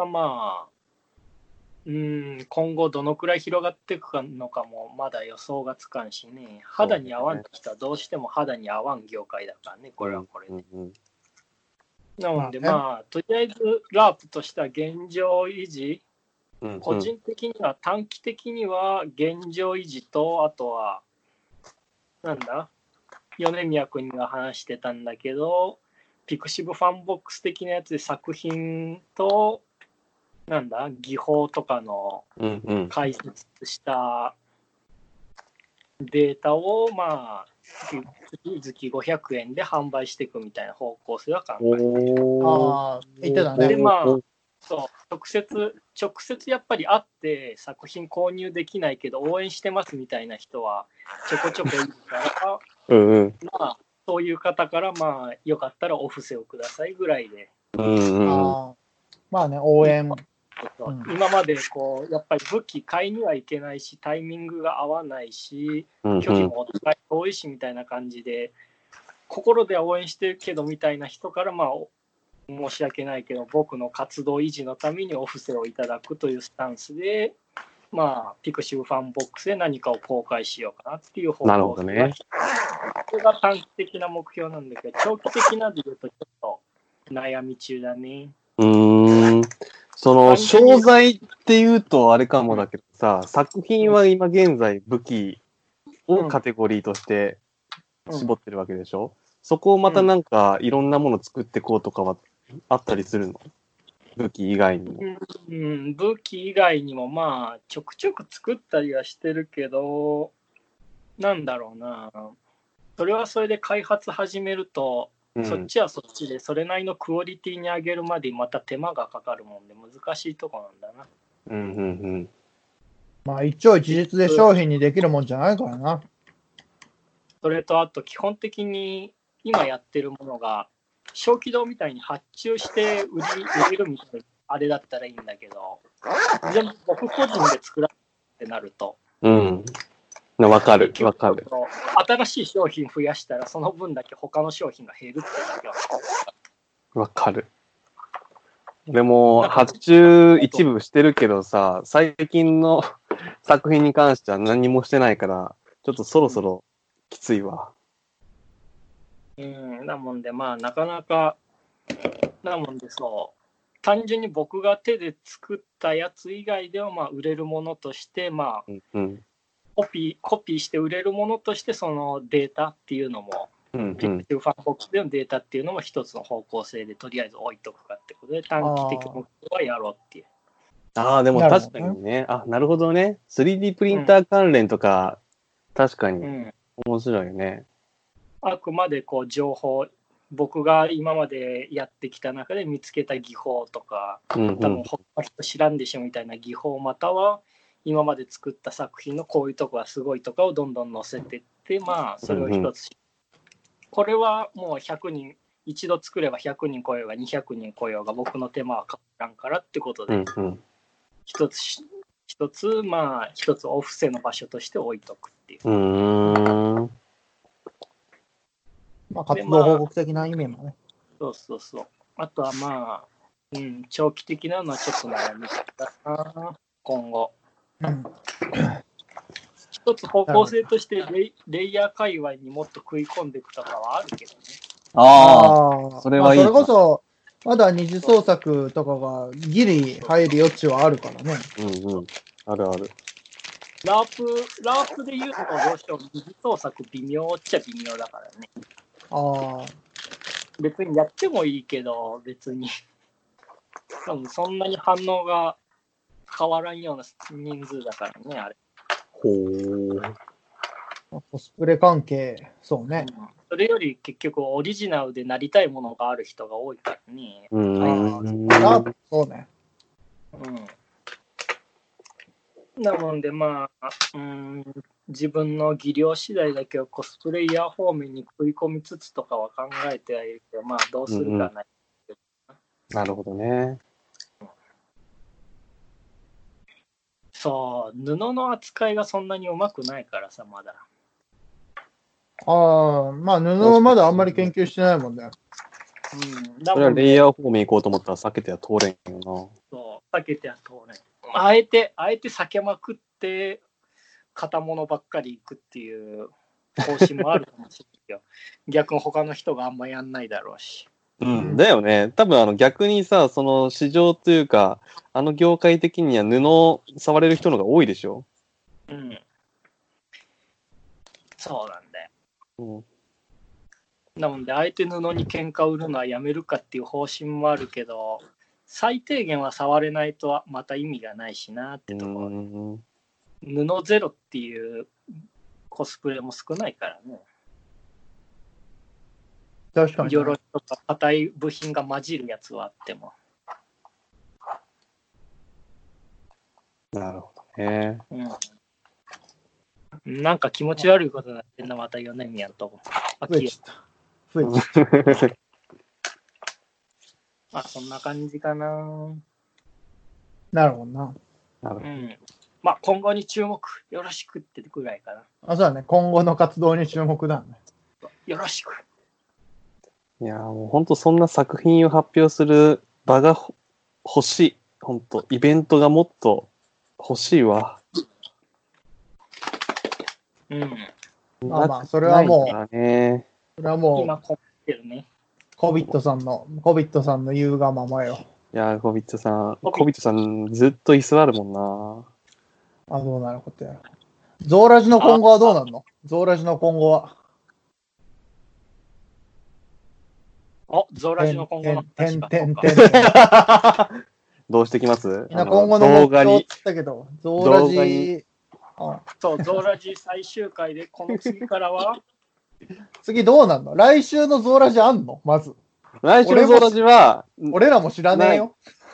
今後どのくらい広がっていくのかもまだ予想がつかんしね。肌に合わんとしたらどうしても肌に合わん業界だからね、これはこれで。なのでとりあえずラープとしては現状維持、個人的には短期的には現状維持と、あとは米宮君が話してたんだけど、ピクシブファンボックス的なやつで作品となんだ、技法とかの解説したデータを、まあ、月500円で販売していくみたいな方向性は考えている。 ああ、言ってたね。 で、まあ、そう、直接やっぱり会って作品購入できないけど応援してますみたいな人はちょこちょこいるから、まあ、そういう方から、まあ、よかったらお布施をくださいぐらいで。 まあね、応援。 今までこうやっぱり武器買いにはいけないしタイミングが合わないし距離もお互い遠いしみたいな感じで心では応援してるけどみたいな人から、まあ申し訳ないけど僕の活動維持のためにお布施をいただくというスタンスで、まあピクシブファンボックスで何かを公開しようかなっていう方向。 なるほどね。 これが短期的な目標なんだけど長期的なで言うとちょっと悩み中だね。 その商材っていうとあれかもだけどさ、作品は今現在武器をカテゴリーとして絞ってるわけでしょ、そこをまたなんかいろんなもの作っていこうとかはあったりするの？武器以外にも。 武器以外にもまあちょくちょく作ったりはしてるけど、なんだろうな、それはそれで開発始めると、そっちはそっちでそれなりのクオリティに上げるまでまた手間がかかるもんで難しいとこなんだな。 まあ一応一律で商品にできるもんじゃないからな。 それとあと基本的に今やってるものが小気道みたいに発注して売れるみたいなあれだったらいいんだけど、全部僕個人で作らってなると。 わかる。 新しい商品増やしたらその分だけ他の商品が減るってだけは。 わかる。でも発注一部してるけどさ、最近の作品に関しては何もしてないから、ちょっとそろそろきついわ。 なもんでまあなかなかそう単純に僕が手で作ったやつ以外ではまあ売れるものとしてまあ、コピーして売れるものとしてそのデータっていうのも、ピクシブファンボックスでのデータっていうのも一つの方向性でとりあえず置いとくかってことで短期的目標はやろうっていう。 でも確かにね。なるほどね。3D プリンター関連とか、確かに面白いよね。 あくまでこう情報、僕が今までやってきた中で見つけた技法とか、多分他の人知らんでしょみたいな技法または今まで作った作品のこういうとこはすごいとかをどんどん載せていって、まあそれを一つ、これはもう100人一度作れば100人来ようが200人来ようが僕の手間はかからんからってことで、一つお布施の場所として置いとくっていう。 まあ活動報告的な意味もね。 そう。あとはまあ、長期的なのはちょっと悩みだな、今後。一つ方向性としてレイヤー界隈にもっと食い込んでいくとかはあるけどね。 それはいい。 それこそ、まだ二次創作とかがギリ入る余地はあるからね。 あるある。 ラープで言うとどうしても二次創作微妙っちゃ微妙だからね。別にやってもいいけど、別に多分そんなに反応が変わらんような人数だからね、あれ。 コスプレ関係、そうね。 それより結局オリジナルでなりたいものがある人が多いからね。 そうね。 なもんでまあ、自分の技量次第だけどコスプレイヤー方面に食い込みつつとかは考えてはいるけど、まあどうするかない。 なるほどね。 そう、布の扱いがそんなにうまくないからさ、まだ。 まあ布はまだあんまり研究してないもんね。 それはレイヤー方面行こうと思ったら避けては通れんよな。 そう、避けては通れん。あえて避けまくって型物ばっかりいくっていう方針もあるかもしれないけど逆に他の人があんまやんないだろうし。 だよね。多分逆にさ、その市場というか、業界的には布を触れる人の方が多いでしょ。 そうなんだよ。なので、あえて布に喧嘩売るのはやめるかっていう方針もあるけど、 最低限は触れないとまた意味がないしなってところ。布ゼロっていうコスプレも少ないからね。 確かに。 鎧とか硬い部品が混じるやつはあっても。 なるほどね。 なんか気持ち悪いことになってんな、また4年やんと。 増えちゃった。 まあ、そんな感じかな。 なるほどな。 まあ、今後に注目、よろしくってぐらいかな。 そうだね。今後の活動に注目だね。 よろしく。 いやもう本当そんな作品を発表する場が欲しい。本当イベントがもっと欲しいわ。 まあまあ、それはもう、 それはもう、 今、こってるね。 コビットさんの言うがままよ。 いやコビットさんずっと居座るもんな。どうなることや。ゾーラジの今後はどうなんの？ゾーラジの今後は。 ゾーラジの今後の話ばどうしてきます？ 今後の目標って言ったけど、ゾーラジ。 そう、ゾーラジ最終回で、この次からは次どうなんの？来週のゾーラジあんの？まず。 来週のゾーラジは、 俺らも知らねえよ。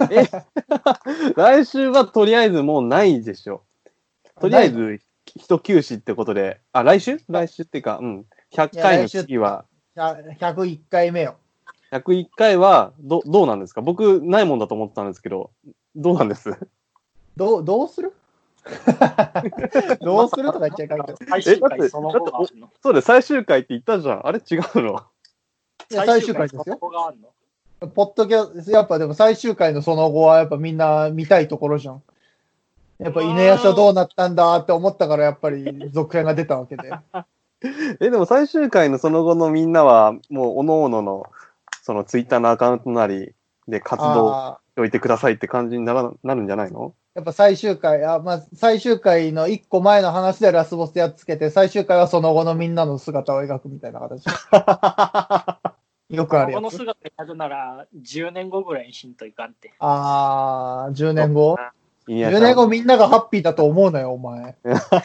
来週はとりあえずもうないでしょ。とりあえず、一休止ってことで、来週っていうか、100回の次は。 101回目よ。 101回は、どうなんですか？僕、ないもんだと思ってたんですけど、どうなんです？ どうするどうするとか言っちゃいかんけど。 最終回その後があるの？ そうです、最終回って言ったじゃん。あれ違うの？ 最終回ですよ。ポッドキャスト、やっぱでも最終回のその後はやっぱみんな見たいところじゃん。やっぱ犬夜叉どうなったんだって思ったからやっぱり続編が出たわけで。 でも最終回のその後のみんなはもう各々のそのツイッターのアカウントなりで活動しておいてくださいって感じになるんじゃないの？ やっぱ最終回、最終回の1個前の話でラスボスやっつけて、最終回はその後のみんなの姿を描くみたいな形。よくあるやつ。 この姿やるなら10年後ぐらいにしんといかんって。 10年後 ?10 年後みんながハッピーだと思うなよ、お前。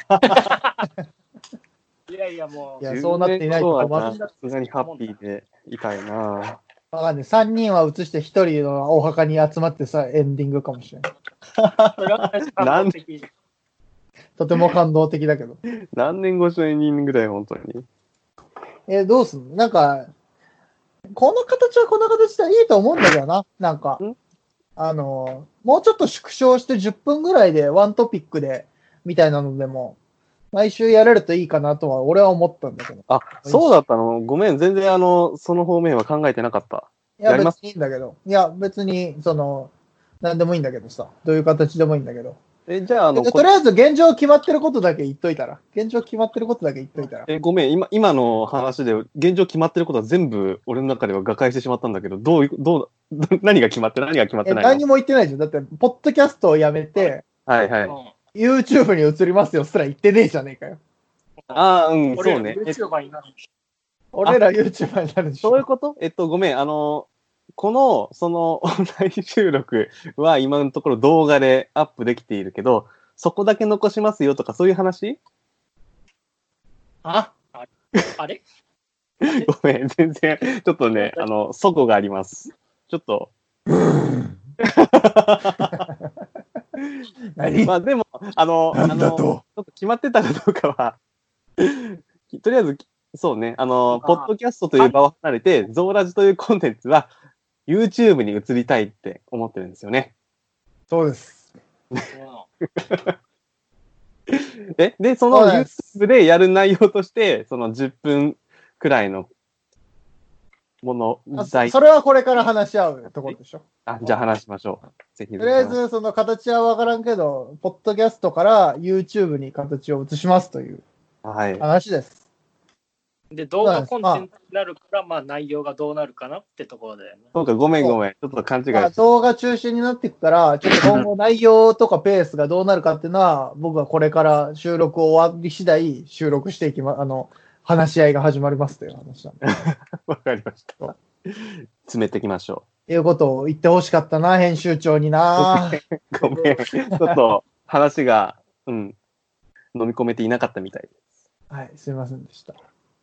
いやいやもう。 いや、そうなっていないと思う。 さすがにハッピーでいたいな。 わかんない。3人は移して1人のお墓に集まってさ、エンディングかもしれない。 なんとても感動的だけど。 何年越しのエンディングだよ、本当に。 どうすんの？なんか、この形はこの形でいいと思うんだけどな。なんか、もうちょっと縮小して10分ぐらいでワントピックで、みたいなのでも、毎週やれるといいかなとは、俺は思ったんだけど。 そうだったの？ごめん、全然その方面は考えてなかった。 いや、別にいいんだけど。いや、別に、なんでもいいんだけどさ。どういう形でもいいんだけど。 じゃあ、 とりあえず現状決まってることだけ言っといたら。 ごめん、今の話で、現状決まってることは全部、俺の中では瓦解してしまったんだけど、何が決まってないの？ 何も言ってないじゃん。だって、ポッドキャストをやめて、 はいはい。 YouTube に移りますよすら言ってねえじゃねえかよ。 そうね。 俺ら YouTuber になるでしょ。 そういうこと？ごめん、この、オンライン収録は今のところ動画でアップできているけど、そこだけ残しますよとかそういう話？ あれごめん、全然、ちょっとね、齟齬があります。ちょっと。まあでも、ちょっと決まってたかどうかは、とりあえず、そうね、ポッドキャストという場を離れて、ゾーラジというコンテンツは、YouTube に移りたいって思ってるんですよね。 そうです。 で、その YouTube でやる内容として、その10分くらいのもの、 それはこれから話し合うところでしょ。 じゃあ話しましょう。ぜひ。 とりあえず、その形はわからんけど、ポッドキャストから YouTube に形を移しますという話です。 で、動画コンテンツになるから、まあ内容がどうなるかなってところだよね。 そうか、ごめん。ちょっと勘違いして。 動画中心になっていくから、ちょっと今後内容とかペースがどうなるかっていうのは、僕はこれから収録終わり次第収録していき話し合いが始まりますという話なんで。 わかりました。詰めていきましょいうことを言ってほしかったな、編集長にな。 ごめん。ちょっと話が、飲み込めていなかったみたいです。 はい、すいませんでした。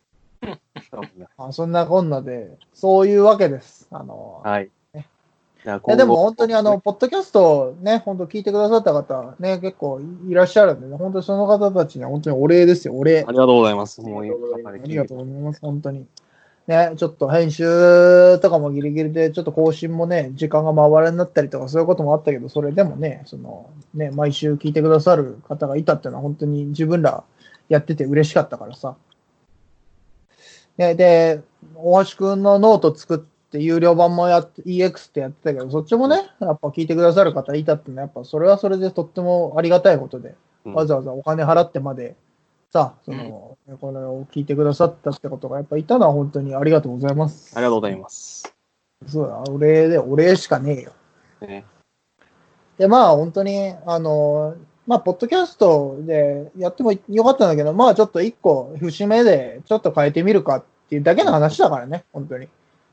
そんなこんなで、そういうわけです。 はい。 いやでも本当にポッドキャストね、本当聞いてくださった方ね、結構いらっしゃるんでね、本当にその方たちには本当にお礼ですよ、お礼。 ありがとうございます。 もうありがとうございます、本当に。ね、ちょっと編集とかもギリギリで、ちょっと更新もね、時間が回らになったりとかそういうこともあったけど、それでもね、毎週聞いてくださる方がいたっていうのは本当に自分らやってて嬉しかったからさ。ね、で、大橋くんのノート作って有料版もEX ってやってたけど、そっちもね、やっぱ聞いてくださる方いたってのは、やっぱそれはそれでとってもありがたいことで、わざわざお金払ってまで、さ、これを聞いてくださったってことがやっぱいたのは本当にありがとうございます。 ありがとうございます。 そうだ、お礼しかねえよ。ね、で、まあ本当に、ポッドキャストでやってもよかったんだけど、まあちょっと一個節目でちょっと変えてみるかっていうだけの話だからね、本当に。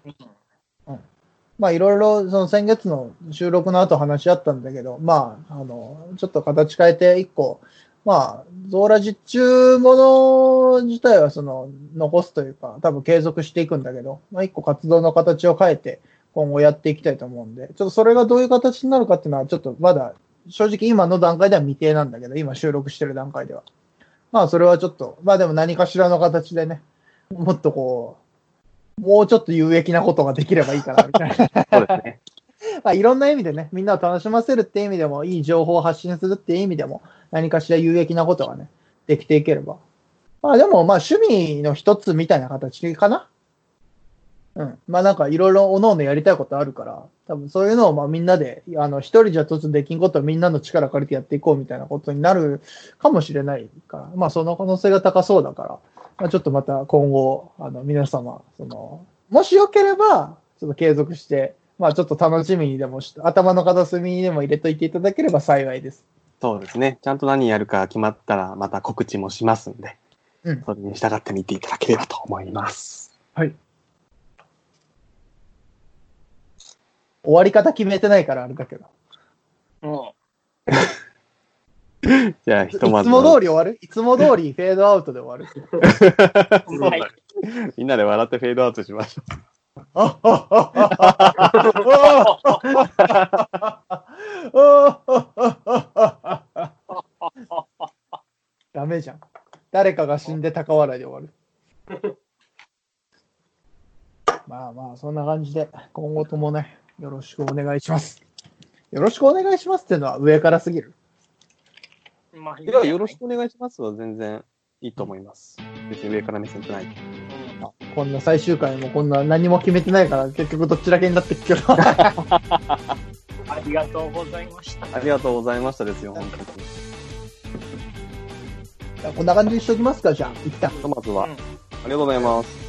まあいろいろその先月の収録の後話し合ったんだけど、まあちょっと形変えて一個、まあゾーラジ中もの自体は残すというか多分継続していくんだけど、まあ一個活動の形を変えて今後やっていきたいと思うんで、ちょっとそれがどういう形になるかっていうのはちょっとまだ正直今の段階では未定なんだけど、今収録してる段階では。まあそれはちょっと、まあでも何かしらの形でね、もっともうちょっと有益なことができればいいかなみたいな。そうですね。まあいろんな意味でね、みんなを楽しませるっていう意味でも、いい情報を発信するっていう意味でも、何かしら有益なことがね、できていければ。まあでもまあ趣味の一つみたいな形かな。まあなんかいろいろおのおのやりたいことあるから、多分そういうのをまあみんなで、一人じゃ突然できんことをみんなの力借りてやっていこうみたいなことになるかもしれないから、まあその可能性が高そうだから、まあ、ちょっとまた今後、皆様、もしよければ、ちょっと継続して、まあちょっと楽しみにでも頭の片隅にでも入れといていただければ幸いです。 そうですね。ちゃんと何やるか決まったら、また告知もしますんで、それに従ってみていただければと思います。 はい。終わり方決めてないからあれだけど。 じゃあ、ひとまず。 いつも通り終わる？いつも通りフェードアウトで終わる。 はい、みんなで笑ってフェードアウトしましょう。ダメじゃん。誰かが死んで高笑いで終わる。まあまあ、そんな感じで、今後ともね、よろしくお願いします。よろしくお願いしますっていうのは上からすぎる。 いや、よろしくお願いしますは全然いいと思います。別に上から目線じゃない。 こんな最終回もこんな何も決めてないから、結局どっちだけになってくけど。 ありがとうございました。 ありがとうございましたですよ、本当に。 こんな感じにしときますか、じゃあ、一旦。 まずは、ありがとうございます。